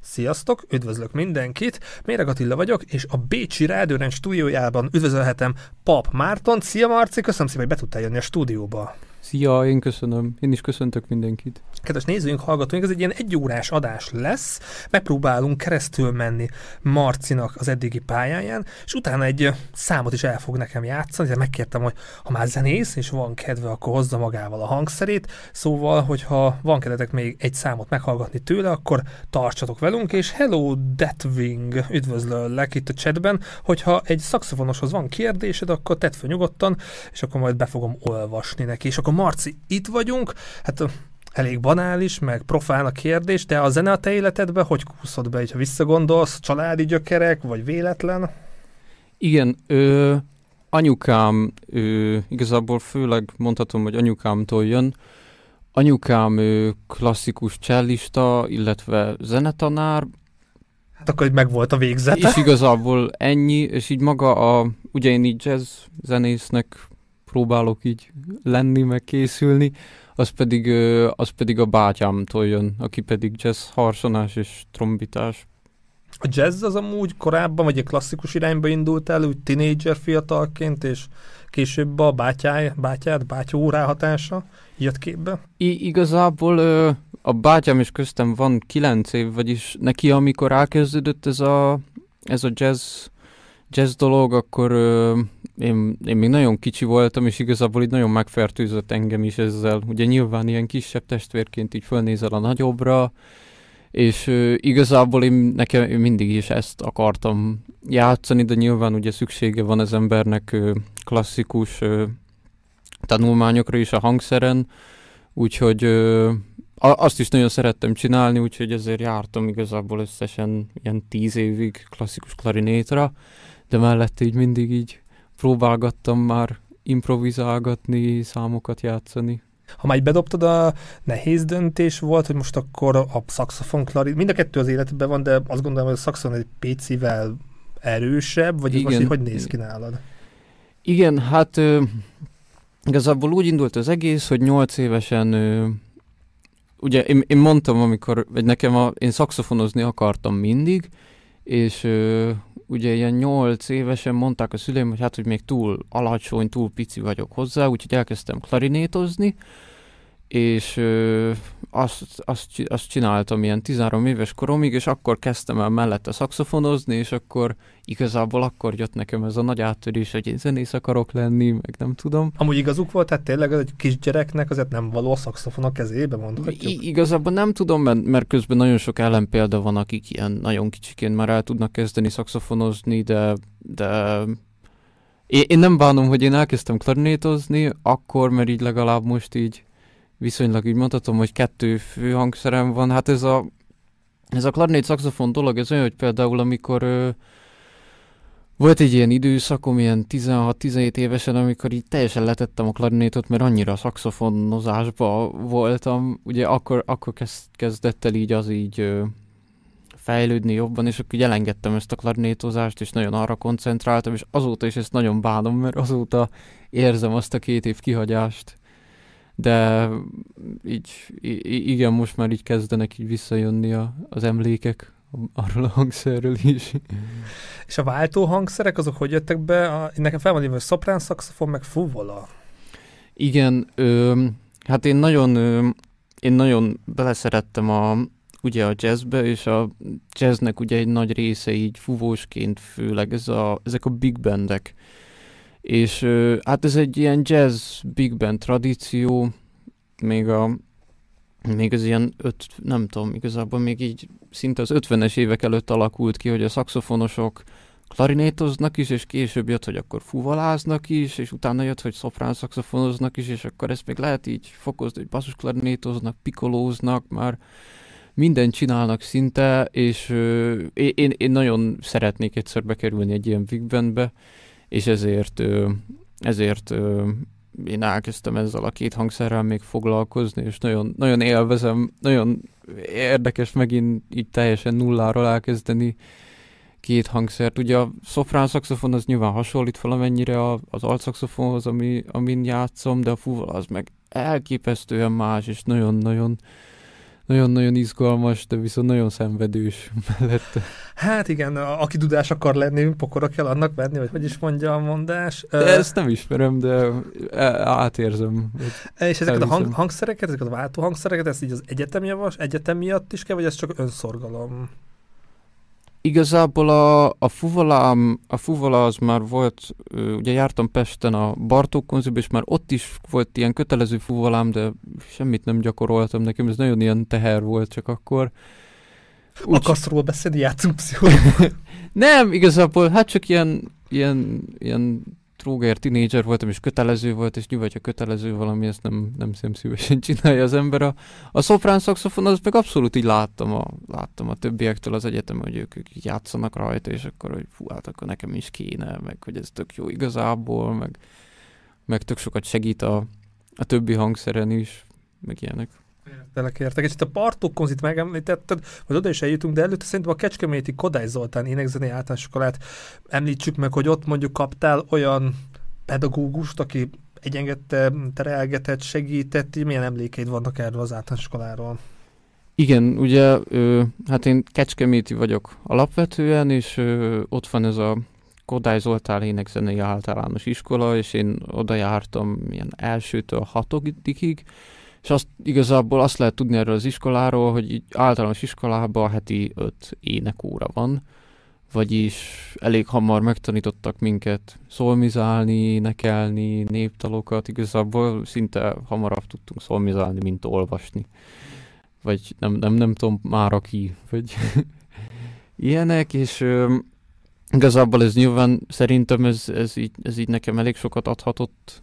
Sziasztok, üdvözlök mindenkit, Méreg Attila vagyok, és a bécsi Rádiórend stúdiójában üdvözölhetem Pap Mártont. Szia Marci, köszönöm szépen, hogy be tudtál jönni a stúdióba. Szia, én köszönöm. Én is köszöntök mindenkit. Kedves nézőink, hallgatóink, ez egy ilyen egyórás adás lesz. Megpróbálunk keresztül menni Marcinak az eddigi pályáján, és utána egy számot is el fog nekem játszani. De megkértem, hogy ha már zenész, és van kedve, akkor hozza magával a hangszerét. Szóval, hogyha van kedvetek még egy számot meghallgatni tőle, akkor tartsatok velünk, és hello Deathwing, üdvözlöllek itt a chatben. Hogyha egy szaxofonoshoz van kérdésed, akkor tedd fel nyugodtan, és akkor majd be fogom olvasni neki. És akkor Marci, itt vagyunk, hát elég banális, meg profán a kérdés, de a zene a te életedbe hogy kúszod be, ha visszagondolsz, családi gyökerek, vagy véletlen? Igen, anyukám, igazából főleg mondhatom, hogy anyukámtól jön. Anyukám klasszikus csellista, illetve zenetanár. Hát akkor meg volt a végzete. És igazából ennyi, és így maga ugye én így jazz zenésznek próbálok így lenni, meg készülni, az pedig a bátyámtól jön, aki pedig jazz harsonás és trombitás. A jazz az amúgy korábban, vagy egy klasszikus irányba indult el, úgy tínédzser fiatalként, és később a bátyó ráhatása jött képbe? Igazából a bátyám és köztem van 9 év, vagyis neki, amikor elkezdődött ez a jazz dolog, akkor én még nagyon kicsi voltam, és igazából így nagyon megfertőzött engem is ezzel. Ugye nyilván ilyen kisebb testvérként így fölnézel a nagyobbra, és igazából én mindig is ezt akartam játszani, de nyilván ugye szüksége van az embernek klasszikus tanulmányokra is a hangszeren, úgyhogy azt is nagyon szerettem csinálni, úgyhogy ezért jártam igazából összesen ilyen 10 évig klasszikus klarinétra, de mellette így mindig így próbálgattam már improvizálgatni, számokat játszani. Ha már így bedobtad, a nehéz döntés volt, hogy most akkor a szaxofon, klarinét, mind a kettő az életben van, de azt gondolom, hogy a szaxofon egy picivel erősebb, vagy igen, most hogy néz ki nálad? Igen, hát igazából úgy indult az egész, hogy 8 évesen ugye én mondtam, én szaxofonozni akartam mindig, és ugye ilyen 8 évesen mondták a szüleim, hogy hát, hogy még túl alacsony, túl pici vagyok hozzá, úgyhogy elkezdtem klarinétozni, és azt csináltam ilyen 13 éves koromig, és akkor kezdtem el mellette szaxofonozni, és akkor igazából akkor jött nekem ez a nagy áttörés, hogy én zenész akarok lenni, meg nem tudom. Amúgy igazuk volt, tehát tényleg egy kisgyereknek azért nem való a szaxofon a kezébe, mondhatjuk? Igazából nem tudom, mert közben nagyon sok ellenpélda van, akik ilyen nagyon kicsiként már el tudnak kezdeni szaxofonozni, de én nem bánom, hogy én elkezdtem klarinétozni, akkor, mert így legalább most így viszonylag így mondhatom, hogy 2 főhangszerem van. Hát ez a klarinét szaxofon dolog, ez olyan, hogy például amikor volt egy ilyen időszakom, ilyen 16-17 évesen, amikor így teljesen letettem a klarinétot, mert annyira szaxofonozásba voltam. Ugye akkor kezdett el így az így fejlődni jobban, és akkor így elengedtem ezt a klarinétozást, és nagyon arra koncentráltam, és azóta is ezt nagyon bánom, mert azóta érzem azt a 2 év kihagyást. De így igen, most már így kezdenek így visszajönni az emlékek arról a hangszerről is. És a váltó hangszerek, azok hogy jöttek be? Nekem fel van írva, hogy szoprán szaxofon, meg fuvola. Igen, hát én nagyon beleszerettem ugye a jazzbe, és a jazznek ugye egy nagy része így fuvósként főleg ezek a big bandek. És hát ez egy ilyen jazz big band tradíció, még az ilyen nem tudom, igazából még így szinte az 50-es évek előtt alakult ki, hogy a szaxofonosok klarinétoznak is, és később jött, hogy akkor fuvaláznak is, és utána jött, hogy szoprán szaxofonoznak is, és akkor ezt még lehet így fokozni, hogy basszus klarinétoznak, pikolóznak, már mindent csinálnak szinte, és én nagyon szeretnék egyszer bekerülni egy ilyen big bandbe, és ezért én elkezdtem ezzel a 2 hangszerrel még foglalkozni, és nagyon, nagyon élvezem, nagyon érdekes megint így teljesen nulláról elkezdeni 2 hangszert. Ugye a szoprán szaxofon az nyilván hasonlít valamennyire az altszaxofonhoz, amin játszom, de a fuval az meg elképesztően más, és nagyon-nagyon nagyon-nagyon izgalmas, de viszont nagyon szenvedős mellette. Hát igen, aki tudás akar lenni, pokora kell annak venni, vagy hogy is mondja a mondás. De ezt nem ismerem, de átérzem. És ezeket a hangszereket, ezeket a váltóhangszereket, ezt így az egyetem miatt is kell, vagy ez csak önszorgalom? Igazából a fuvola az már volt, ugye jártam Pesten a Bartók Konziba, és már ott is volt ilyen kötelező fuvolám, de semmit nem gyakoroltam, nekem ez nagyon ilyen teher volt csak akkor. Akarsz róla beszélni, játszunk pszichológus? Nem, igazából, hát csak ilyen tróger tínédzser voltam, és kötelező volt, és nyilván, ha kötelező valami, ezt nem szívesen csinálja az ember. A szoprán szaxofon, az meg abszolút így láttam a többiektől az egyetemen, hogy ők játszanak rajta, és akkor, hogy fú, hát akkor nekem is kéne, meg hogy ez tök jó igazából, meg tök sokat segít a többi hangszeren is, meg ilyenek. Értek. És itt a Bartók Konzit megemlítetted, hogy oda is eljutunk, de előtte szerintem a kecskeméti Kodály Zoltán énekzenei általános iskolát említsük meg, hogy ott mondjuk kaptál olyan pedagógust, aki egyengedte, terelgetett, segített, milyen emlékeid vannak erről az általános iskoláról? Igen, ugye, hát én kecskeméti vagyok alapvetően, és ott van ez a Kodály Zoltán énekzenei általános iskola, és én oda jártam ilyen 1-től 6-ig, és igazából azt lehet tudni erről az iskoláról, hogy így általános iskolában heti 5 énekóra van, vagyis elég hamar megtanítottak minket szolmizálni, énekelni, néptalokat, igazából szinte hamarabb tudtunk szolmizálni, mint olvasni. Vagy nem tudom már aki, vagy ilyenek, és igazából ez nyilván szerintem ez így nekem elég sokat adhatott.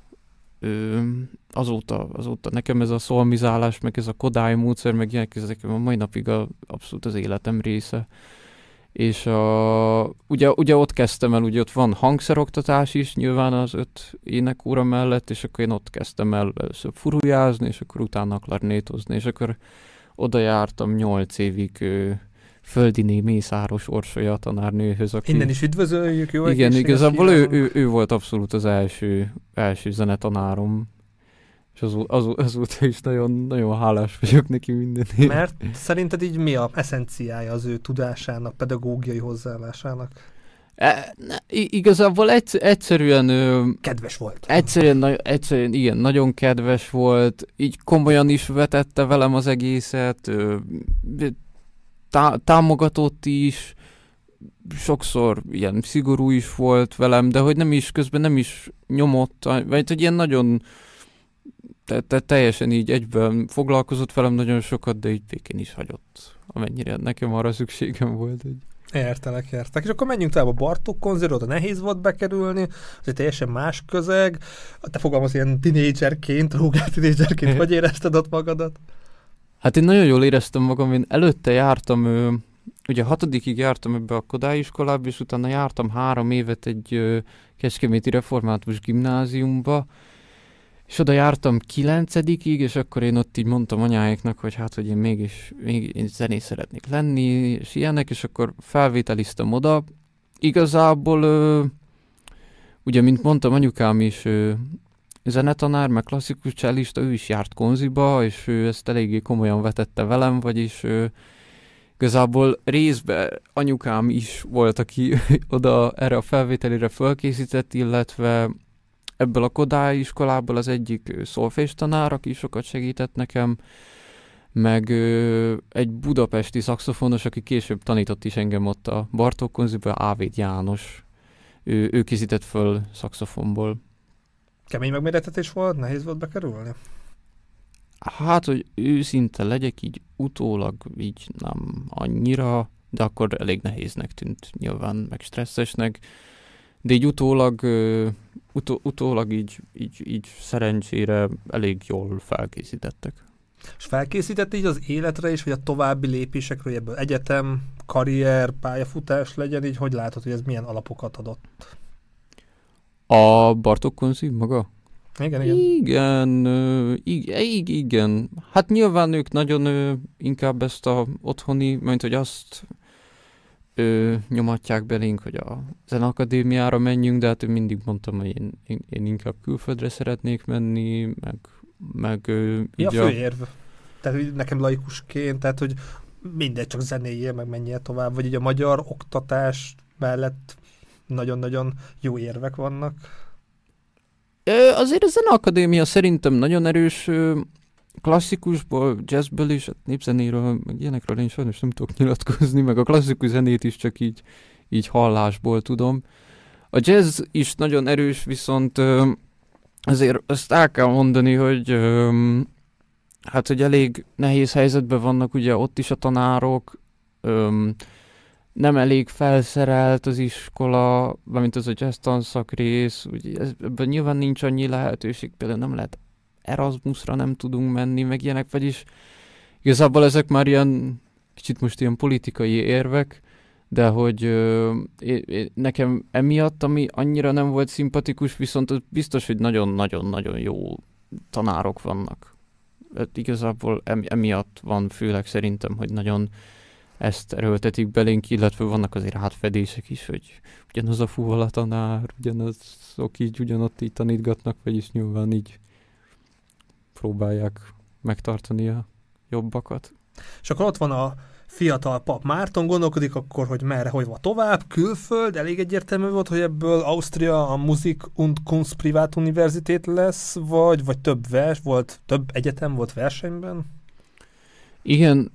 Azóta nekem ez a szolmizálás, meg ez a Kodály módszer, meg ilyenek, ezek a mai napig abszolút az életem része. És ugye ott kezdtem el, ugye ott van hangszeroktatás is, nyilván az 5 énekóra mellett, és akkor én ott kezdtem el először furujázni, és akkor utána klarnétozni, és akkor oda jártam 8 évig Földiné Mészáros Orsolya tanárnőhöz, aki... Innen is üdvözöljük, jó? Igen, igazából ő volt abszolút az első zenetanárom, és azóta is nagyon, nagyon hálás vagyok neki mindenért. Mert szerinted így mi a eszenciája az ő tudásának, pedagógiai hozzáállásának? Igazából egyszerűen... Kedves volt. Egyszerűen, igen, nagyon kedves volt, így komolyan is vetette velem az egészet, támogatott is, sokszor ilyen szigorú is volt velem, de hogy közben nem is nyomott, vagy hogy ilyen nagyon teljesen így egyben foglalkozott velem nagyon sokat, de így végén is hagyott, amennyire nekem arra szükségem volt. Hogy... Értelek. És akkor menjünk tovább a Bartók Konzertre, oda nehéz volt bekerülni, az egy teljesen más közeg. Te fogalmaz ilyen tinédzserként, rógát tinédzserként, hogy érezted ott magadat? Hát én nagyon jól éreztem magam, én előtte jártam, ugye 6-ig jártam ebbe a Kodály iskolába, és utána jártam 3 évet egy kecskeméti református gimnáziumba, és oda jártam 9-ig, és akkor én ott így mondtam anyáiknak, hogy hát, hogy én én zenész szeretnék lenni, és ilyenek, és akkor felvételiztem oda. Igazából, ugye, mint mondtam, anyukám is zenetanár, meg klasszikus csellista, ő is járt konziba, és ő ezt eléggé komolyan vetette velem, vagyis igazából részben anyukám is volt, aki oda erre a felvételére fölkészített, illetve ebből a Kodály iskolából az egyik szolfés tanár, aki sokat segített nekem, meg egy budapesti szaxofonos, aki később tanított is engem ott a Bartók Konziba, Ávéd János. Ő készített föl szaxofonból. Kemény megméretetés volt? Nehéz volt bekerülni? Hát, hogy őszinte legyek, így utólag így nem annyira, de akkor elég nehéznek tűnt nyilván, meg stresszesnek. De így utólag így szerencsére elég jól felkészítettek. És felkészített így az életre is, vagy a további lépésekről, hogy ebből egyetem, karrier, pályafutás legyen, így hogy látod, hogy ez milyen alapokat adott? A Bartók Konzi maga? Igen. Igen. Hát nyilván ők nagyon inkább ezt a otthoni, mint hogy azt nyomatják belénk, hogy a Zeneakadémiára menjünk, de hát én mindig mondtam, hogy én inkább külföldre szeretnék menni, meg mi a fő érv? tehát hogy nekem laikusként, tehát hogy mindegy, csak zenéjél, meg menjél tovább, vagy így a magyar oktatás mellett nagyon-nagyon jó érvek vannak. Azért a Zeneakadémia szerintem nagyon erős klasszikusból, jazzből is, népzenéről, meg ilyenekről én sajnos nem tudok nyilatkozni, meg a klasszikus zenét is csak így hallásból tudom. A jazz is nagyon erős, viszont azért azt el kell mondani, hogy hát, hogy elég nehéz helyzetben vannak ugye ott is a tanárok, nem elég felszerelt az iskola, valamint az a jazz tanszak rész, ugye ebben nyilván nincs annyi lehetőség, például nem lehet Erasmusra nem tudunk menni, meg ilyenek, vagyis igazából ezek már ilyen, kicsit most ilyen politikai érvek, de hogy nekem emiatt, ami annyira nem volt szimpatikus, viszont az biztos, hogy nagyon-nagyon-nagyon jó tanárok vannak. Igazából emiatt van főleg szerintem, hogy nagyon ezt erőltetik belénk, illetve vannak azért átfedések is, hogy ugyanaz a fuvola tanár, ugyanazok így ugyanott így tanítgatnak, vagyis nyilván így próbálják megtartani a jobbakat. És akkor ott van a fiatal pap Márton, gondolkodik akkor, hogy merre, hogy van tovább, külföld, elég egyértelmű volt, hogy ebből Ausztria a Musik und Kunst Privatuniversität lesz, vagy több egyetem volt versenyben? Igen,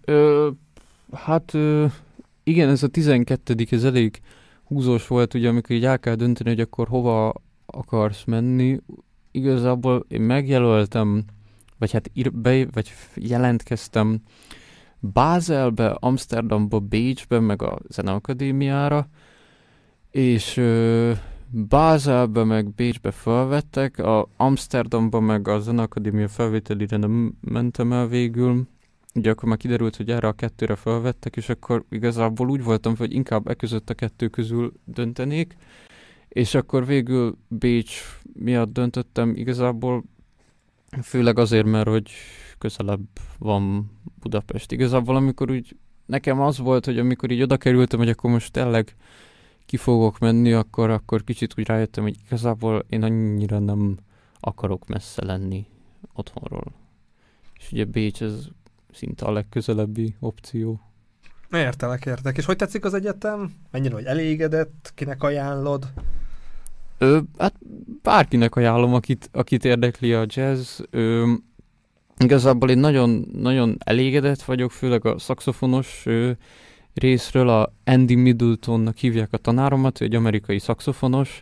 igen, ez a 12. ez elég húzós volt, ugye, amikor így el kell dönteni, hogy akkor hova akarsz menni. Igazából én megjelöltem, vagy jelentkeztem Bázelbe, Amsterdamba, Bécsbe, meg a Zeneakadémiára, és Bázelbe meg Bécsbe felvettek, a Amsterdamba meg a Zeneakadémia felvételire nem mentem el végül, ugye akkor már kiderült, hogy erre a kettőre felvettek, és akkor igazából úgy voltam, hogy inkább között a kettő közül döntenék, és akkor végül Bécs miatt döntöttem igazából, főleg azért, mert hogy közelebb van Budapest. Igazából amikor úgy nekem az volt, hogy amikor így oda kerültem, hogy akkor most tényleg ki fogok menni, akkor kicsit úgy rájöttem, hogy igazából én annyira nem akarok messze lenni otthonról. És ugye Bécs ez szinte a legközelebbi opció. Értelek. És hogy tetszik az egyetem? Mennyire vagy elégedett? Kinek ajánlod? Hát bárkinek ajánlom, akit érdekli a jazz. Igazából én nagyon elégedett vagyok, főleg a szaxofonos részről. A Andy Middletonnak hívják a tanáromat, ő egy amerikai szaxofonos.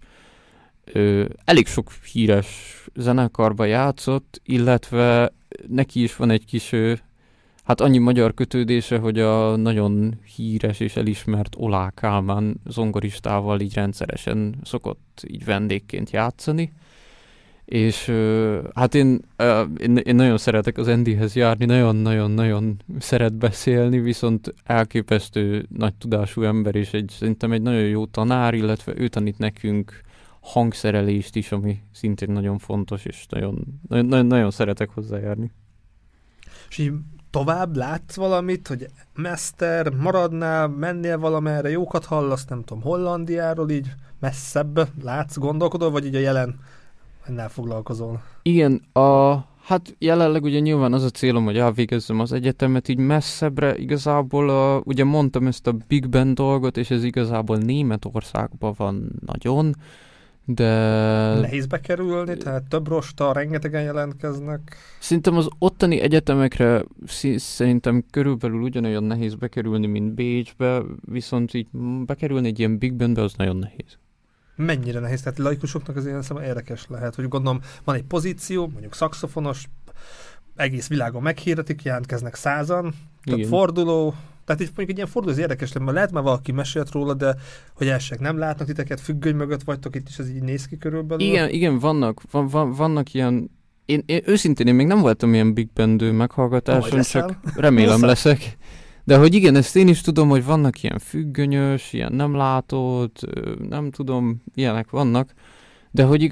Elég sok híres zenekarba játszott, illetve neki is van egy kis, hát annyi magyar kötődése, hogy a nagyon híres és elismert Olá Kálmán zongoristával így rendszeresen szokott így vendégként játszani. És hát én nagyon szeretek az Andyhez járni, nagyon-nagyon-nagyon szeret beszélni, viszont elképesztő nagy tudású ember, és szerintem egy nagyon jó tanár, illetve ő tanít nekünk hangszerelést is, ami szintén nagyon fontos, és nagyon szeretek hozzájárni. És így tovább látsz valamit, hogy mester, maradnál, mennél valamerre, jókat hallasz, nem tudom, Hollandiáról, így messzebb látsz, gondolkodol, vagy így a jelen ennel foglalkozol? Igen, hát jelenleg ugye nyilván az a célom, hogy elvégezzem az egyetemet így messzebbre. Igazából ugye mondtam ezt a Big Band dolgot, és ez igazából Németországban van nagyon, de... Nehéz bekerülni, tehát több rosta, rengetegen jelentkeznek. Szerintem az ottani egyetemekre szerintem körülbelül ugyanolyan nehéz bekerülni, mint Bécsbe, viszont így bekerülni egy ilyen Big Bandbe az nagyon nehéz. Mennyire nehéz? Tehát laikusoknak az ilyen szemben érdekes lehet, hogy gondolom van egy pozíció, mondjuk szaxofonos, egész világon meghirdetik, jelentkeznek 100-an, több forduló, tehát így mondjuk egy ilyen forduló az érdekes lenne, lehet már valaki mesélt róla, de hogy elsők nem látnak titeket, függöny mögött vagytok, itt is ez így néz ki körülbelül. Igen, vannak ilyen, én őszintén még nem voltam ilyen Big Band meghallgatáson, csak remélem leszek. De hogy igen, ezt én is tudom, hogy vannak ilyen függönyös, ilyen nem látott, nem tudom, ilyenek vannak, de hogy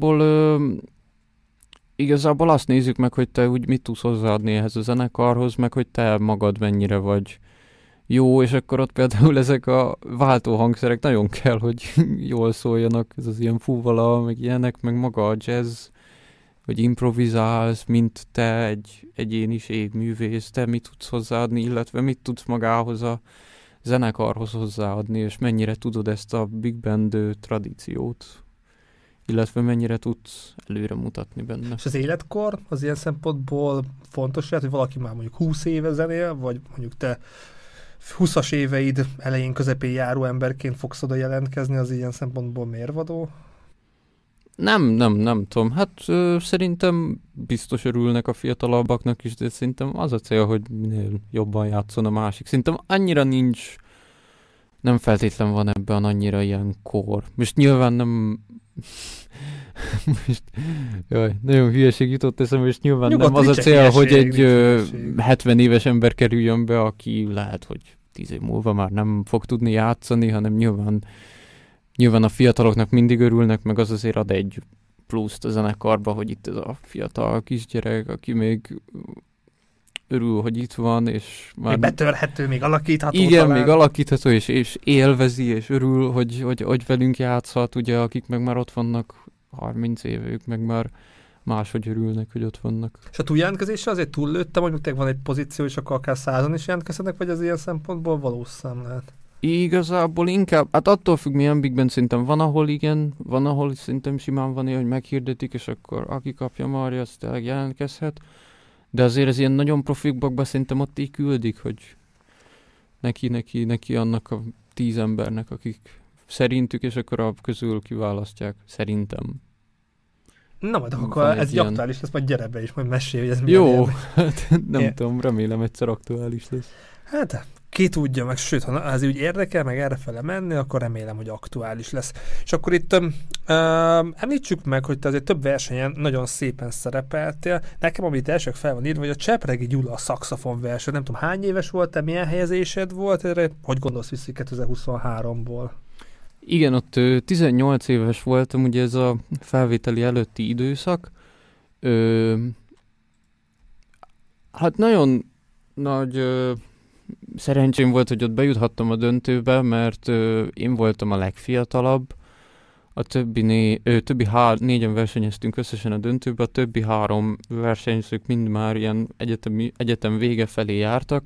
igazából azt nézzük meg, hogy te úgy mit tudsz hozzáadni ehhez a zenekarhoz, meg hogy te magad mennyire vagy jó, és akkor ott például ezek a váltóhangszerek nagyon kell, hogy jól szóljanak, ez az ilyen fúvala, meg ilyenek, meg maga a jazz, improvizálsz, mint te egy egyéniség, művész, te mit tudsz hozzáadni, illetve mit tudsz magához a zenekarhoz hozzáadni, és mennyire tudod ezt a big band tradíciót, illetve mennyire tudsz előre mutatni benne. És az életkor az ilyen szempontból fontos lehet, hogy valaki már mondjuk 20 éve zenél, vagy mondjuk te 20-as éveid elején, közepén járó emberként fogsz oda jelentkezni, az ilyen szempontból mérvadó? Nem tudom. Hát szerintem biztos örülnek a fiatalabbaknak is, de szerintem az a cél, hogy minél jobban játszon a másik. Szerintem annyira nem feltétlen van ebben annyira ilyen kor. Most nyilván nem... nagyon hülyeség jutott eszembe, és nyilván Nyugodt, nem az a cél, hogy egy hülyeség. 70 éves ember kerüljön be, aki lehet, hogy 10 év múlva már nem fog tudni játszani, hanem nyilván a fiataloknak mindig örülnek, meg az azért ad egy pluszt a zenekarba, hogy itt ez a fiatal kisgyerek, aki még örül, hogy itt van, és már... Még betörhető, még alakítható. Igen, talán. még alakítható, és élvezi, és örül, hogy velünk játszhat, ugye, akik meg már ott vannak 30 éve, ők meg már máshogy örülnek, hogy ott vannak. És a túljelentkezésre azért túllőttem, hogy tényleg van egy pozíció, és akkor akár 100-an is jelentkezhetnek, vagy az ilyen szempontból valós szám lehet? Igazából inkább, hát attól függ, milyen big band szinten van, ahol igen, van, ahol szerintem simán van ilyen, hogy meghirdetik, és akkor aki kapja Marja, az tényleg jelentkezhet. De azért ez ilyen nagyon profikbakban szerintem ott így küldik, hogy neki annak a 10 embernek, akik szerintük, és akkor a közül kiválasztják, szerintem. Na majd akkor Van ez egy ilyen... aktuális lesz, majd gyere be is, majd mesélj, hogy ez milyen Jó, élmény. hát nem tudom, remélem egyszer aktuális lesz. Hát, ki tudja meg, sőt, ha ez úgy érdekel, meg errefele menni, akkor remélem, hogy aktuális lesz. És akkor itt említsük meg, hogy te azért több versenyen nagyon szépen szerepeltél. Nekem, amit elsők fel van írva, hogy a Csepregi Gyula a szaxofon verseny. Nem tudom, hány éves voltál, milyen helyezésed volt erre? Hogy gondolsz vissza 2023-ból? Igen, ott 18 éves voltam, ugye ez a felvételi előtti időszak. Hát nagyon nagy szerencsém volt, hogy ott bejuthattam a döntőbe, mert én voltam a legfiatalabb. A többi négyen versenyeztünk összesen a döntőbe, a többi 3 versenyzők mind már ilyen egyetem vége felé jártak.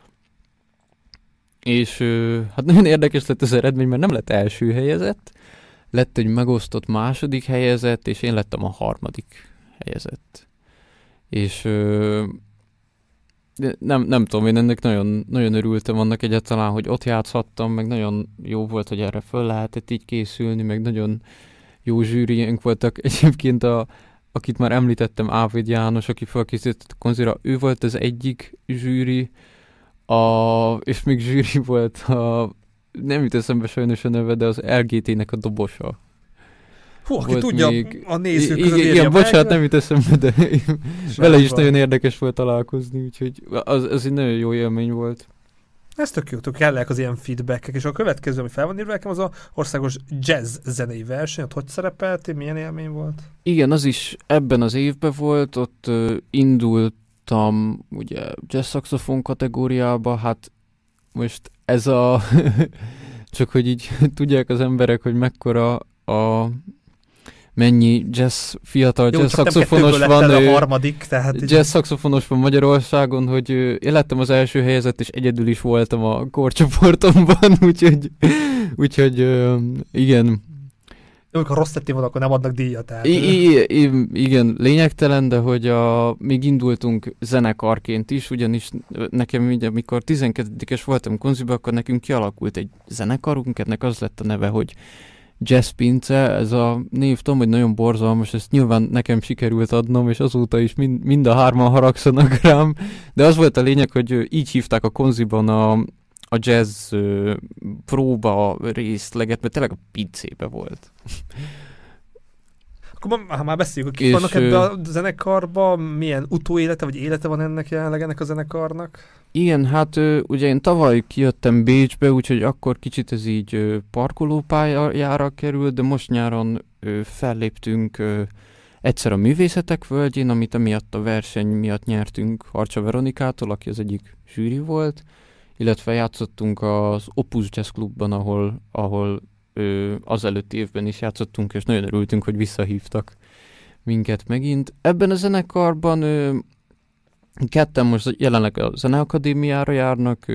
És hát nagyon érdekes lett az eredmény, mert nem lett első helyezett, lett egy megosztott második helyezett, és én lettem a 3. helyezett. És nem tudom, én ennek nagyon, nagyon örültem annak egyáltalán, hogy ott játszhattam, meg nagyon jó volt, hogy erre föl lehetett így készülni, meg nagyon jó zsűriénk voltak. Egyébként akit már említettem, Ávid János, aki felkészített a konzira, ő volt az egyik zsűri, és még zsűri volt nem jut eszembe sajnos a neve, de az LGT-nek a dobosa. Hú, aki tudja, a nézők között igen, bocsánat, nem jut eszembe, de vele is nagyon érdekes volt találkozni, úgyhogy az egy nagyon jó élmény volt. Ez tök jó, kellek az ilyen feedbackek, és a következő, ami fel van írva nekem, az a országos jazz zenei verseny, ott hogy szerepeltél, milyen élmény volt? Igen, az is ebben az évben volt, ott indultam ugye jazz szaxofon kategóriába, hát most ez csak hogy így tudják az emberek, hogy mekkora mennyi fiatal jazz szaxofonos van, a harmadik, tehát jazz szaxofonos van Magyarországon, hogy én lettem az első helyezett, és egyedül is voltam a korcsoportomban, úgyhogy igen. Amikor rossz tettél van, akkor nem adnak díjat el. Igen, lényegtelen, de hogy még indultunk zenekarként is, ugyanis nekem így, amikor 12-es voltam konziba, akkor nekünk kialakult egy zenekarunk, ennek az lett a neve, hogy Jazz Pince, ez a név, tudom, hogy nagyon borzalmas, ezt nyilván nekem sikerült adnom, és azóta is mind a 3-an haragszanak rám, de az volt a lényeg, hogy így hívták a konziban a jazz próba részleget, mert tényleg a pincébe volt. Akkor ha már beszéljük, hogy kik vannak ebben a zenekarban, milyen utóélete vagy élete van ennek a zenekarnak? Igen, hát ugye én tavaly kijöttem Bécsbe, úgyhogy akkor kicsit ez így parkolópályára került, de most nyáron felléptünk egyszer a Művészetek Völgyén, amit emiatt a verseny miatt nyertünk Harcsa Veronikától, aki az egyik zsűri volt, illetve játszottunk az Opus Jazz Clubban, ahol az előtti évben is játszottunk, és nagyon örültünk, hogy visszahívtak. minket megint. Ebben a zenekarban ketten most jelenleg a Zeneakadémiára járnak,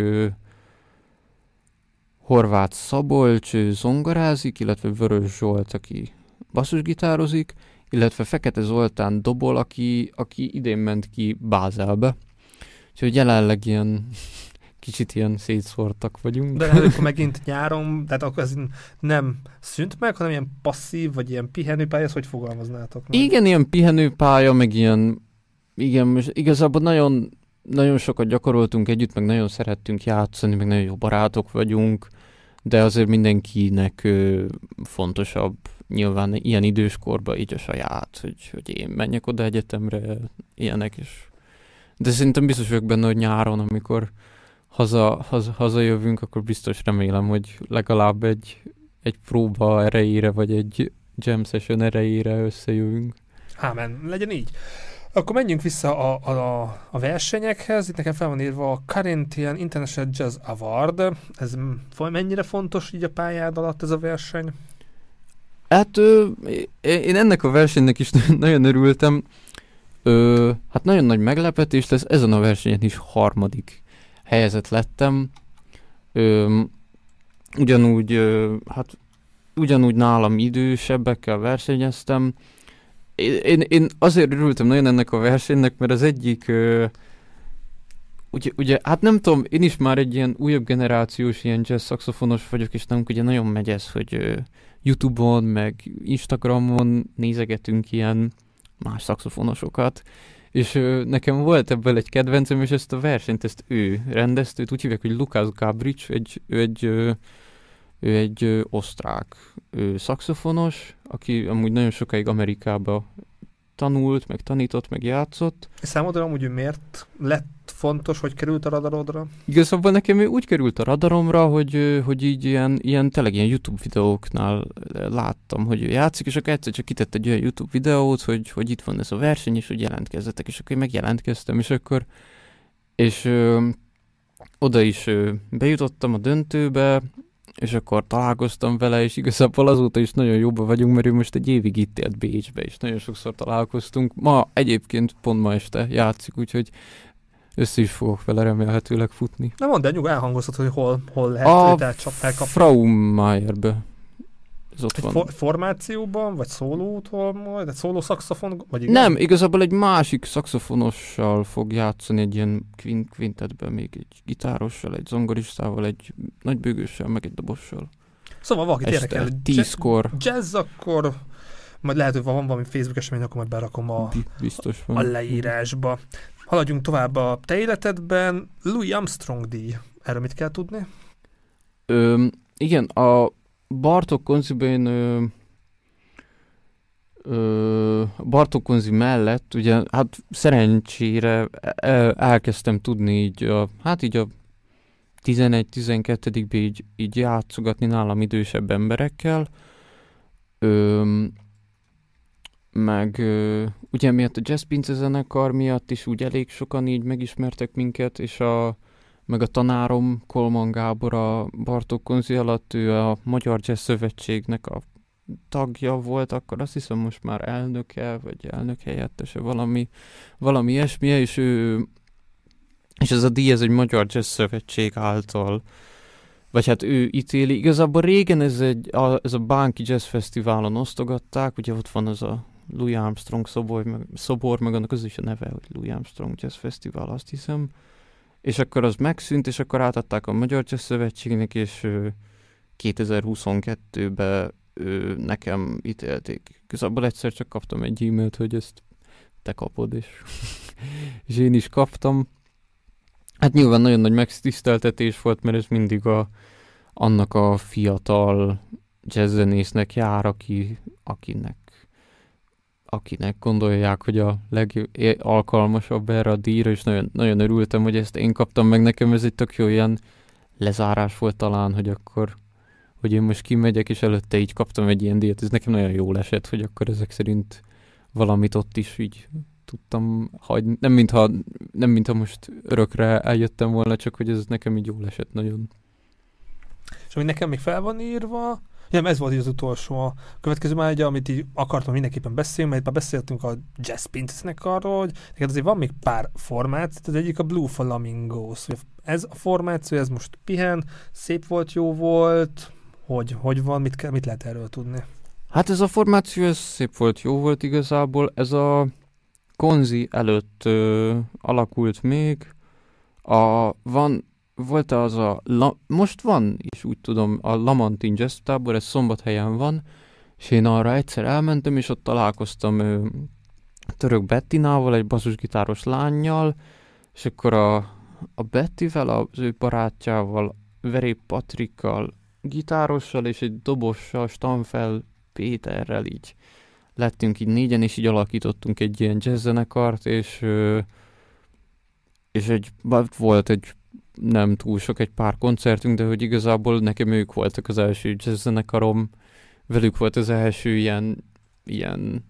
Horváth Szabolcs zongorázik, illetve Vörös Zsolt, aki basszusgitározik, illetve Fekete Zoltán dobol, aki idén ment ki Bázelbe. Úgyhogy jelenleg kicsit ilyen szétszórtak vagyunk. De akkor megint nyáron, tehát akkor ez nem szűnt meg, hanem ilyen passzív, vagy ilyen pihenőpálya, ezt hogy fogalmaznátok? Igen, ilyen pihenőpálya, meg igen, most igazából nagyon, nagyon sokat gyakoroltunk együtt, meg nagyon szerettünk játszani, meg nagyon jó barátok vagyunk, de azért mindenkinek fontosabb nyilván ilyen időskorban így a saját, hogy én menjek oda egyetemre, ilyenek is. De szerintem biztos vagyok benne, hogy nyáron, amikor hazajövünk, akkor biztos remélem, hogy legalább egy próba erejére, vagy egy jam session erejére összejövünk. Ámen, legyen így. Akkor menjünk vissza a versenyekhez. Itt nekem fel van írva a Carinthian International Jazz Award. Ez mennyire fontos így a pályád alatt ez a verseny? Hát én ennek a versenynek is nagyon örültem. Hát nagyon nagy meglepetés lesz, ezen a versenyen is 3. helyezett lettem. Ugyanúgy nálam idősebbekkel versenyeztem. Én azért örültem nagyon ennek a versenynek, mert az egyik, ugye, hát nem tudom, én is már egy ilyen újabb generációs ilyen jazz szaxofonos vagyok, és nem ugye nagyon megy ez, hogy YouTube-on, meg Instagramon nézegetünk ilyen más szaxofonosokat, és nekem volt ebből egy kedvencem, és ezt a versenyt, ezt ő rendezte, úgy hívják, hogy Lukács Gabric, ő egy osztrák szaxofonos, aki amúgy nagyon sokáig Amerikába tanult, meg tanított, meg játszott. És számodra amúgy miért lett fontos, hogy került a radarodra? Igazából nekem ő úgy került a radaromra, hogy így ilyen tényleg ilyen YouTube videóknál láttam, hogy ő játszik, és akkor egyszer csak kitett egy olyan YouTube videót, hogy itt van ez a verseny, és hogy jelentkezzetek, és akkor én megjelentkeztem, és oda is bejutottam a döntőbe, és akkor találkoztam vele, és igazából azóta is nagyon jóban vagyunk, mert ő most egy évig itt élt Bécsbe, és nagyon sokszor találkoztunk. Ma egyébként pont ma este játszik, úgyhogy össze is fogok vele remélhetőleg futni. Na mondd el, nyugodtan elhangoztat, hogy hol lehet őt elkapni. Fraumeyerbe. Ez ott van. Formációban, vagy szólótól majd? Egy szóló szaxofon? Vagy igen? Nem, igazából egy másik szaxofonossal fog játszani, egy ilyen quintetben, még egy gitárossal, egy zongoristával, egy nagybőgőssel, meg egy dobossal. Szóval valakit érdekel. 10-kor. Jazz, akkor majd lehet, hogy van valami Facebook esemény, akkor majd berakom a leírásba. Haladjunk tovább a te életedben. Louis Armstrong díj. Erről mit kell tudni? Igen, a Bartók Konziben Bartók Konzi mellett, ugye, hát szerencsére elkezdtem tudni így a 11-12-ben így játszogatni nálam idősebb emberekkel, meg ugye miatt a Jazz Pince zenekar miatt is úgy elég sokan így megismertek minket, és meg a tanárom Kolman Gábor a Bartók Konzi alatt, ő a Magyar Jazz Szövetségnek a tagja volt, akkor azt hiszem most már elnöke, vagy elnök helyettese, valami ilyesmi, és ez a díj, ez egy Magyar Jazz Szövetség által, vagy hát ő ítéli. Igazából régen ez a Bánki Jazz Fesztiválon osztogatták, ugye ott van az a Louis Armstrong szobor, meg annak az is a neve, hogy Louis Armstrong Jazz Fesztivál, azt hiszem. És akkor az megszűnt, és akkor átadták a Magyar Jazz Szövetségnek, és 2022-ben nekem ítélték. Igazából egyszer csak kaptam egy e-mailt, hogy ezt te kapod, és én is kaptam. Hát nyilván nagyon nagy megtiszteltetés volt, mert ez mindig annak a fiatal jazzzenésznek jár, akinek gondolják, hogy a legalkalmasabb erre a díjra, és nagyon, nagyon örültem, hogy ezt én kaptam meg. Nekem ez egy tök jó ilyen lezárás volt talán, hogy én most kimegyek, és előtte így kaptam egy ilyen díjat. Ez nekem nagyon jól esett, hogy akkor ezek szerint valamit ott is így tudtam hagyni. Nem mintha most örökre eljöttem volna, csak hogy ez nekem így jól esett nagyon. És ami nekem még fel van írva, Nem, ez volt így az utolsó. A következő már ugye, amit így akartam mindenképpen beszélni, mert már beszéltünk a Jazz Pincnek arról, hogy neked azért van még pár formáció, az egyik a Blue Flamingos. Ez a formáció, ez most pihen, szép volt, jó volt, hogy van, mit lehet erről tudni? Hát ez a formáció, ez szép volt, jó volt igazából. Ez a Konzi előtt alakult még. Volt az most van is úgy tudom, a Lamantin Jazz tábor, ez Szombathelyen van, és én arra egyszer elmentem, és ott találkoztam Török Bettinával, egy basszusgitáros lánnyal, és akkor a Bettivel, az ő barátjával, Verép Patrikkal, gitárossal, és egy dobossal, Stamfel Péterrel így lettünk így négyen, és így alakítottunk egy ilyen jazzzenekart, és volt egy nem túl sok, egy pár koncertünk, de hogy igazából nekem ők voltak az első jazzzenekarom, velük volt az első ilyen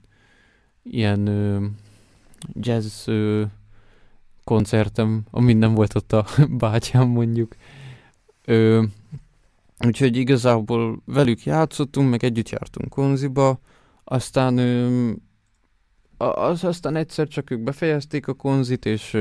jazz koncertem, amin nem volt ott a bátyám mondjuk. Úgyhogy igazából velük játszottunk, meg együtt jártunk Konziba, aztán aztán egyszer csak ők befejezték a Konzit, és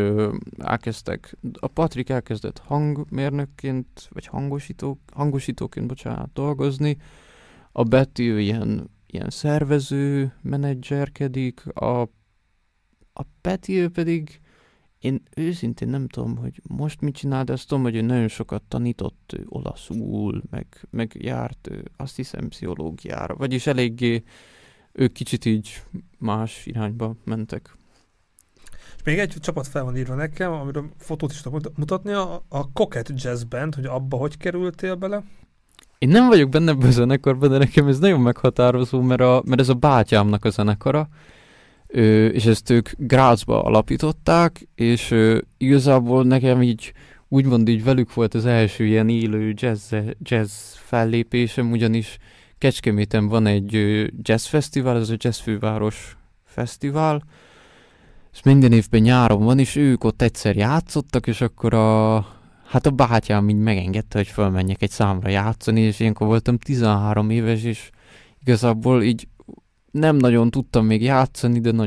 a Patrik elkezdett hangmérnökként, vagy hangosítóként, dolgozni. A Betty ő ilyen szervező, menedzserkedik, a Peti ő pedig, én őszintén nem tudom, hogy most mit csinál, de azt tudom, hogy ő nagyon sokat tanított olaszul, meg járt, azt hiszem, pszichológiára, vagyis eléggé ők kicsit így más irányba mentek. És még egy csapat fel van írva nekem, amiről fotót is tudok mutatni, a Coquette Jazz Band, hogy abba hogy kerültél bele? Én nem vagyok benne ebben a zenekarban, de nekem ez nagyon meghatározó, mert ez a bátyámnak a zenekara, és ezt ők Grazba alapították, és igazából nekem így úgymond így velük volt az első ilyen élő jazz fellépésem, ugyanis Kecskeméten van egy jazzfesztivál, ez a Jazz Főváros Fesztivál, és minden évben nyáron van, és ők ott egyszer játszottak, és akkor a bátyám így megengedte, hogy fölmenjek egy számra játszani, és ilyenkor voltam 13 éves, és igazából így nem nagyon tudtam még játszani, de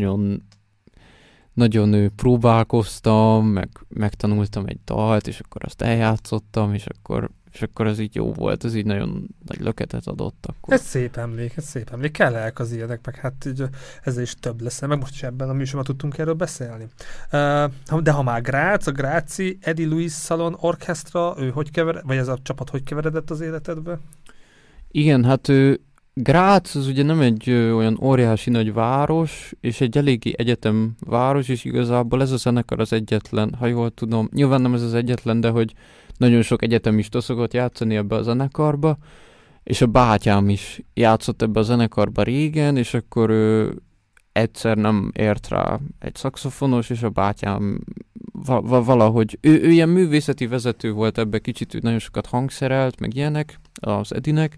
nagyon próbálkoztam, megtanultam egy dalt, és akkor azt eljátszottam, és akkor ez így jó volt, ez így nagyon nagy löketet adott akkor. Ez szép emlék. Kellek az ilyenek, meg hát így ezzel is több lesz, meg most is ebben a műsorban tudtunk erről beszélni. De ha már Grác, a Gráci Eddie Louis Salon Orchestra, ő vagy ez a csapat hogy keveredett az életedbe? Igen, hát Grác az ugye nem egy olyan óriási nagy város, és egy eléggé egyetem város, és igazából ez a zenekar az egyetlen, ha jól tudom, nyilván nem ez az egyetlen, de hogy nagyon sok egyetemista szokott játszani ebbe a zenekarba, és a bátyám is játszott ebbe a zenekarba régen, és akkor egyszer nem ért rá egy szaxofonos, és a bátyám valahogy, ő ilyen művészeti vezető volt ebbe kicsit, ő nagyon sokat hangszerelt, meg ilyenek, az Edinek,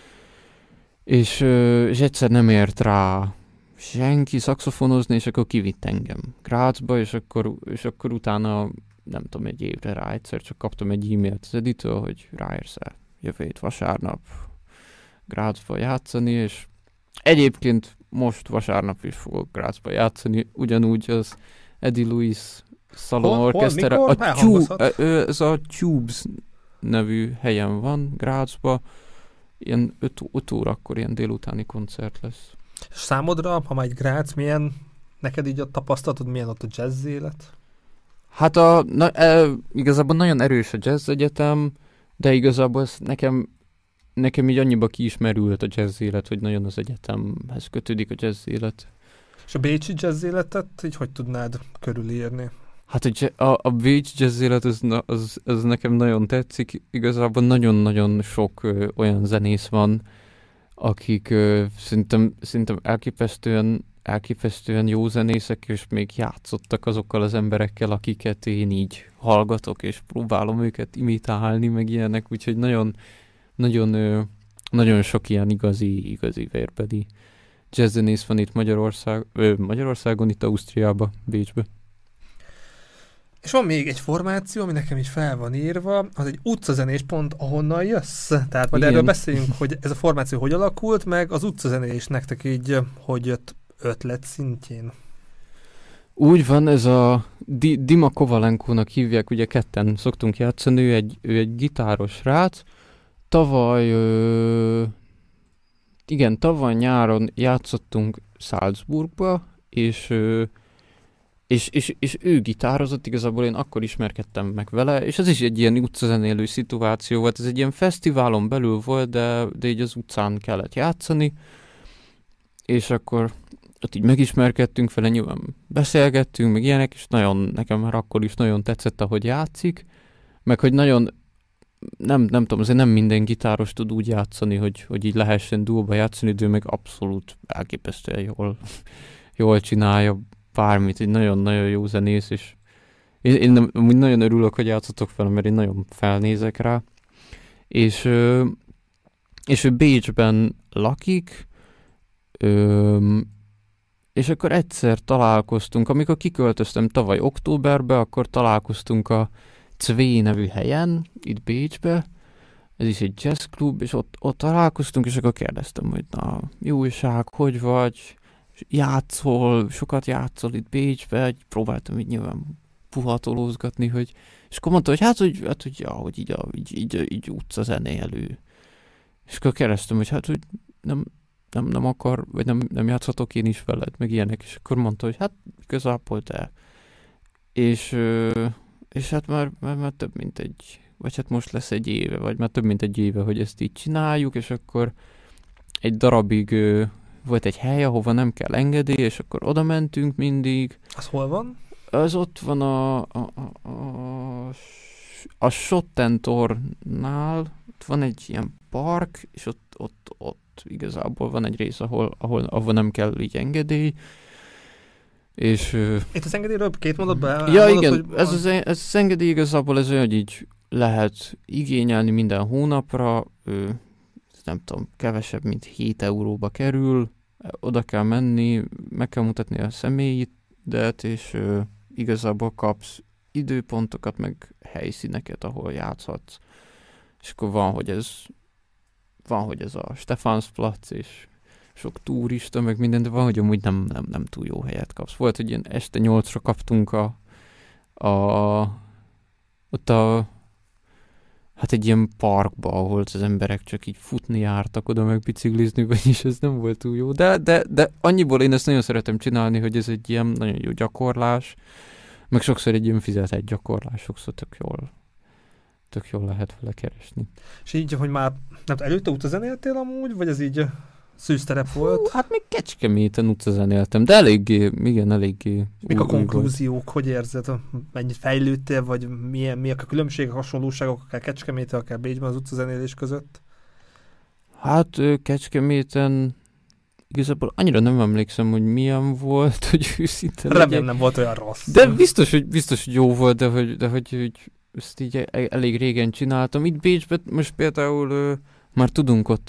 és egyszer nem ért rá senki szaxofonozni, és akkor kivitt engem Grazba, és akkor utána, nem tudom, egy évre rá egyszer csak kaptam egy e-mailt az Editől, hogy ráérsz-e jövő hét vasárnap Grazba játszani, és egyébként most vasárnap is fogok Grazba játszani, ugyanúgy az Eddie Louis Salon Orchestra. Ez a Tubes nevű helyen van Grazba, ilyen 5 órakor ilyen délutáni koncert lesz. És számodra, ha már egy Grác, milyen neked így a tapasztalatod, milyen ott a jazz élet? Hát igazából nagyon erős a jazz egyetem, de igazából ez nekem így annyiba kiismerült a jazz élet, hogy nagyon az egyetemhez kötődik a jazz élet. És a bécsi jazz életet így hogy tudnád körülírni? Hát a Bécs jazz élet az nekem nagyon tetszik. Igazából nagyon-nagyon sok olyan zenész van, akik szerintem elképesztően jó zenészek, és még játszottak azokkal az emberekkel, akiket én így hallgatok, és próbálom őket imitálni, meg ilyenek, úgyhogy nagyon sok ilyen igazi vérbeli jazzzenész van itt Magyarországon, itt Ausztriában, Bécsben. És van még egy formáció, ami nekem így fel van írva, az egy utcazenés pont, ahonnan jössz. Tehát majd erről beszéljünk, hogy ez a formáció hogy alakult, meg az utcazenés nektek így, hogy jött ötlet szintjén. Úgy van, ez a Dima Kovalenkónak hívják, ugye ketten szoktunk játszani, ő egy gitáros srác. Tavaly nyáron játszottunk Salzburgba, és ő gitározott, igazából én akkor ismerkedtem meg vele, és ez is egy ilyen utcazenélő szituáció volt, ez egy ilyen fesztiválon belül volt, de így az utcán kellett játszani, és akkor ott így megismerkedtünk vele, nyilván beszélgettünk, meg ilyenek, és nekem már akkor is nagyon tetszett, ahogy játszik, meg hogy nagyon, nem tudom, azért nem minden gitáros tud úgy játszani, hogy így lehessen duóba játszani, de ő meg abszolút elképesztően jól csinálja bármit, egy nagyon-nagyon jó zenész, és én nagyon örülök, hogy játszotok vele, mert én nagyon felnézek rá. És ő Bécsben lakik, és akkor egyszer találkoztunk, amikor kiköltöztem tavaly októberbe, akkor találkoztunk a Cvé nevű helyen, itt Bécsbe, ez is egy jazzklub, és ott találkoztunk, és akkor kérdeztem, hogy na, jó újság, hogy vagy, sokat játszol itt Bécsbe, próbáltam így nyilván puhatolózgatni, hogy, és akkor mondta, hogy így utcazenélő. És akkor kérdeztem, hogy hogy nem akar, vagy nem játszhatok én is veled, meg ilyenek, és akkor mondta, hogy igazából de. És hát már több mint vagy hát most lesz egy éve, vagy már több mint egy éve, hogy ezt így csináljuk, és akkor egy darabig volt egy hely, ahova nem kell engedély, és akkor oda mentünk mindig. Az hol van? Az ott van a Schottentornál, ott van egy ilyen park, és ott igazából van egy rész, ahol nem kell így engedély. És, itt az engedélyről két mondatban ja, igen, ez az engedély igazából ez olyan, hogy így lehet igényelni minden hónapra, nem tudom, kevesebb, mint 7 euróba kerül, oda kell menni, meg kell mutatni a személyidet, és igazából kapsz időpontokat, meg helyszíneket, ahol játszhatsz. És akkor van, hogy ez a Stephansplatz, és sok turista, meg minden, de van, hogy amúgy nem túl jó helyet kapsz. Volt, hogy ilyen este 8-ra kaptunk hát egy ilyen parkba, ahol az emberek csak így futni jártak oda, meg biciklizni, vagyis ez nem volt túl jó. De annyiból én ezt nagyon szeretem csinálni, hogy ez egy ilyen nagyon jó gyakorlás, meg sokszor egy ilyen fizetett gyakorlás, sokszor tök jól lehet vele keresni. És így, hogy már előtte utcazenéltél amúgy, vagy ez így szűzterep volt? Hát még Kecskeméten utcazenéltem, de eléggé. Mik a konklúziók, hogy érzed? Mennyit fejlődtél, vagy miek a különbségek, hasonlóságok, akár Kecskeméten, akár Bécsben az utcazenélés között? Hát Kecskeméten igazából annyira nem emlékszem, hogy milyen volt, hogy őszinte legyek. Remélem nem volt olyan rossz. De biztos, hogy jó volt, de hogy ezt így elég régen csináltam. Itt Bécsben most például már tudunk ott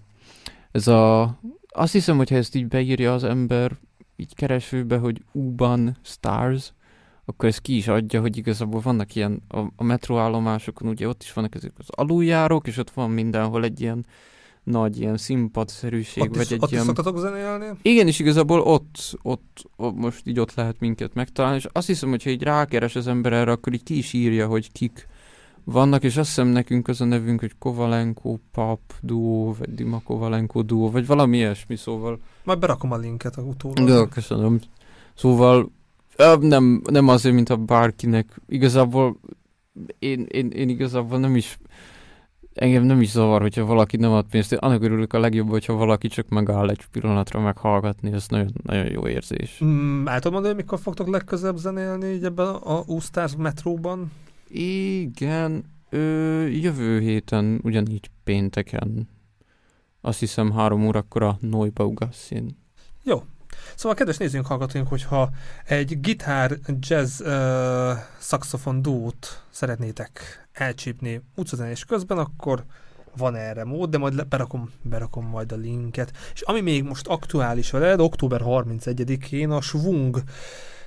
azt hiszem, hogyha ezt így beírja az ember így keresőbe, hogy U-Bahn Stars, akkor ez ki is adja, hogy igazából vannak ilyen a metróállomásokon, ugye ott is vannak ezek az aluljárók, és ott van mindenhol egy ilyen nagy ilyen színpadszerűség, vagy egy ott ilyen... Ott is szoktatok zenélni? Igen, és igazából ott most így ott lehet minket megtalálni, és azt hiszem, hogyha így rákeres az ember erre, akkor így ki is írja, hogy kik vannak, és azt hiszem nekünk az a nevünk, hogy Kovalenko Pap Duo, vagy Dima Kovalenko Duo, vagy valami ilyesmi, szóval... Majd berakom a linket a utólag. Ja, köszönöm. Szóval nem azért, mint a bárkinek. Igazából én igazából engem nem is zavar, hogyha valaki nem ad pénzt. Én annak örülök a legjobb, hogyha valaki csak megáll egy pillanatra meghallgatni, ez nagyon, nagyon jó érzés. El tudod mondani, mikor fogtok legközelebb zenélni így ebben a Úsztárz metróban? Igen, jövő héten, ugyanígy pénteken. Azt hiszem 3 órakor a Neubaugasszén. Jó. Szóval kedves nézőink, hallgatóink, hogyha egy gitár jazz szaxofon duót szeretnétek elcsípni utcazenés közben, akkor van erre mód, de majd berakom majd a linket. És ami még most aktuális veled, október 31-én a Schwung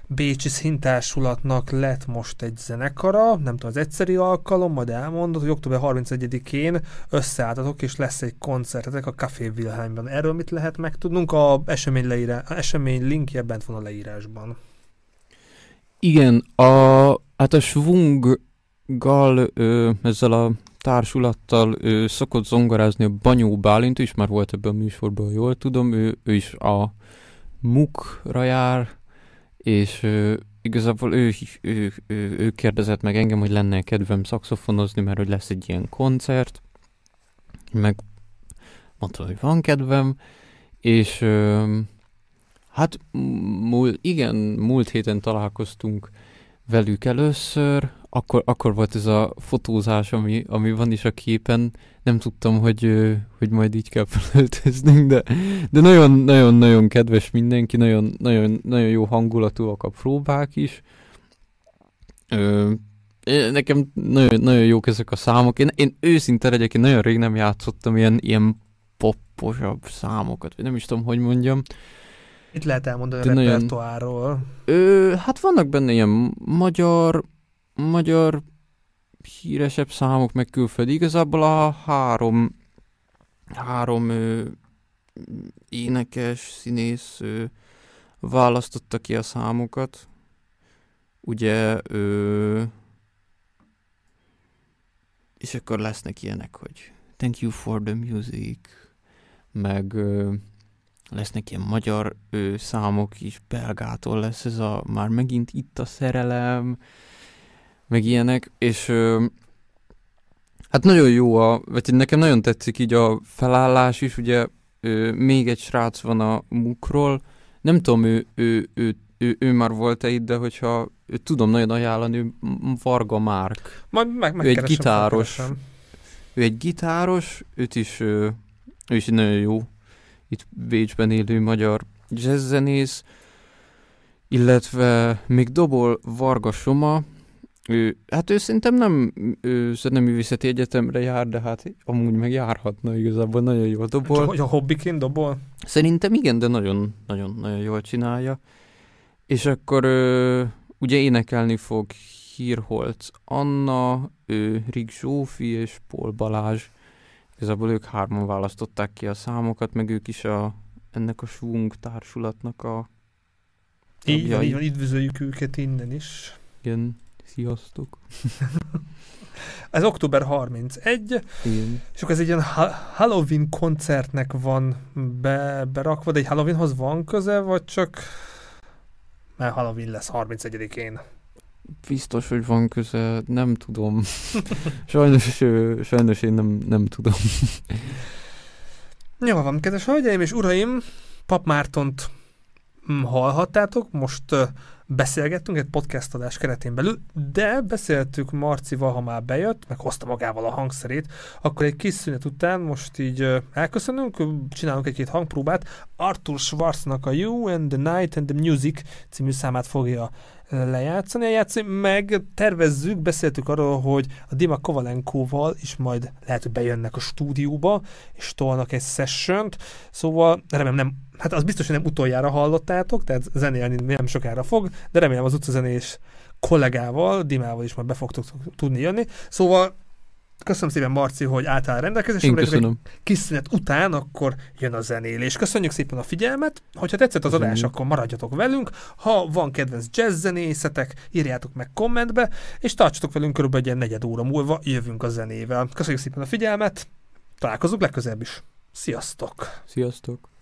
bécsi színtársulatnak lett most egy zenekara, nem tudom, az egyszeri alkalom, majd elmondod, hogy október 31-én összeálltatok, és lesz egy koncertetek a Café Wilhelmben. Erről mit lehet megtudnunk? A esemény linkje bent van a leírásban. Igen, hát a Schwunggal, ezzel a társulattal szokott zongorázni a Banyó Bálint is, már volt ebben a műsorban, jól tudom, ő is a MUK-ra jár, és igazából ő kérdezett meg engem, hogy lenne kedvem szaxofonozni, mert hogy lesz egy ilyen koncert, meg mondta, hogy van kedvem, és hát múlt héten találkoztunk velük először, akkor volt ez a fotózás, ami van is a képen. Nem tudtam, hogy majd így kell felöltöznünk, de nagyon-nagyon kedves mindenki, nagyon jó hangulatúak a próbák is. Nekem nagyon jók ezek a számok. Én őszinte legyek, én nagyon rég nem játszottam ilyen popposabb számokat, vagy nem is tudom, hogy mondjam. Itt lehet elmondani a repertoárról. Hát vannak benne ilyen magyar híresebb számok, meg külföldi. Igazából a három énekes, színész választotta ki a számokat. Ugye és akkor lesznek ilyenek, hogy Thank you for the music, meg lesznek ilyen magyar számok is, belgától lesz ez a már megint itt a szerelem, meg ilyenek, és hát nagyon jó, vagy nekem nagyon tetszik így a felállás is, ugye még egy srác van a MUK-ról, nem tudom, ő már volt-e itt, de hogyha tudom nagyon ajánlani, Varga Márk. Majd ő egy gitáros. Ő egy gitáros, ő is nagyon jó, itt Bécsben élő magyar jazzzenész, illetve még dobol Varga Soma. Hát ő szerintem nem Zeneművészeti Egyetemre jár, de hát amúgy meg járhatna, igazából nagyon jól dobol. Hogy a hobbiként dobol? Szerintem igen, de nagyon jól csinálja. És akkor ugye énekelni fog Hírholc Anna, Rik Zsófi és Pól Balázs. Igazából ők hárman választották ki a számokat, meg ők is ennek a Schwung társulatnak a így van, üdvözöljük őket innen is. Igen, sziasztok. Ez október 31, igen. És akkor ez egy ilyen Halloween koncertnek van berakva, de egy Halloweenhoz van köze, vagy csak mert Halloween lesz 31-én? Biztos, hogy van köze, nem tudom. Sajnos én nem tudom. Jó van, kedves hölgyeim és uraim, Pap Mártont hallhattátok, most beszélgettünk egy podcast adás keretén belül, de beszéltük Marcival, ha már bejött, meg hozta magával a hangszerét, akkor egy kis szünet után most így elköszönünk, csinálunk egy-két hangpróbát. Arthur Schwartznak a You and the Night and the Music című számát fogja lejátszani, meg tervezzük, beszéltük arról, hogy a Dima Kovalenkóval is majd lehet, hogy bejönnek a stúdióba, és tolnak egy sessiont, szóval remélem nem, hát az biztos, hogy nem utoljára hallottátok, tehát zenélni nem sokára fog, de remélem az utcazenés kollégával, Dimával is majd be fogtok tudni jönni, szóval köszönöm szépen, Marci, hogy álltál rendelkezésre. Én köszönöm. Kis szünet után akkor jön a zenélés. Köszönjük szépen a figyelmet. Hogyha tetszett az adás, akkor maradjatok velünk. Ha van kedvenc jazzzenészetek, írjátok meg kommentbe, és tartsatok velünk körülbelül egy ilyen negyed óra múlva, jövünk a zenével. Köszönjük szépen a figyelmet. Találkozunk legközelebb is. Sziasztok! Sziasztok!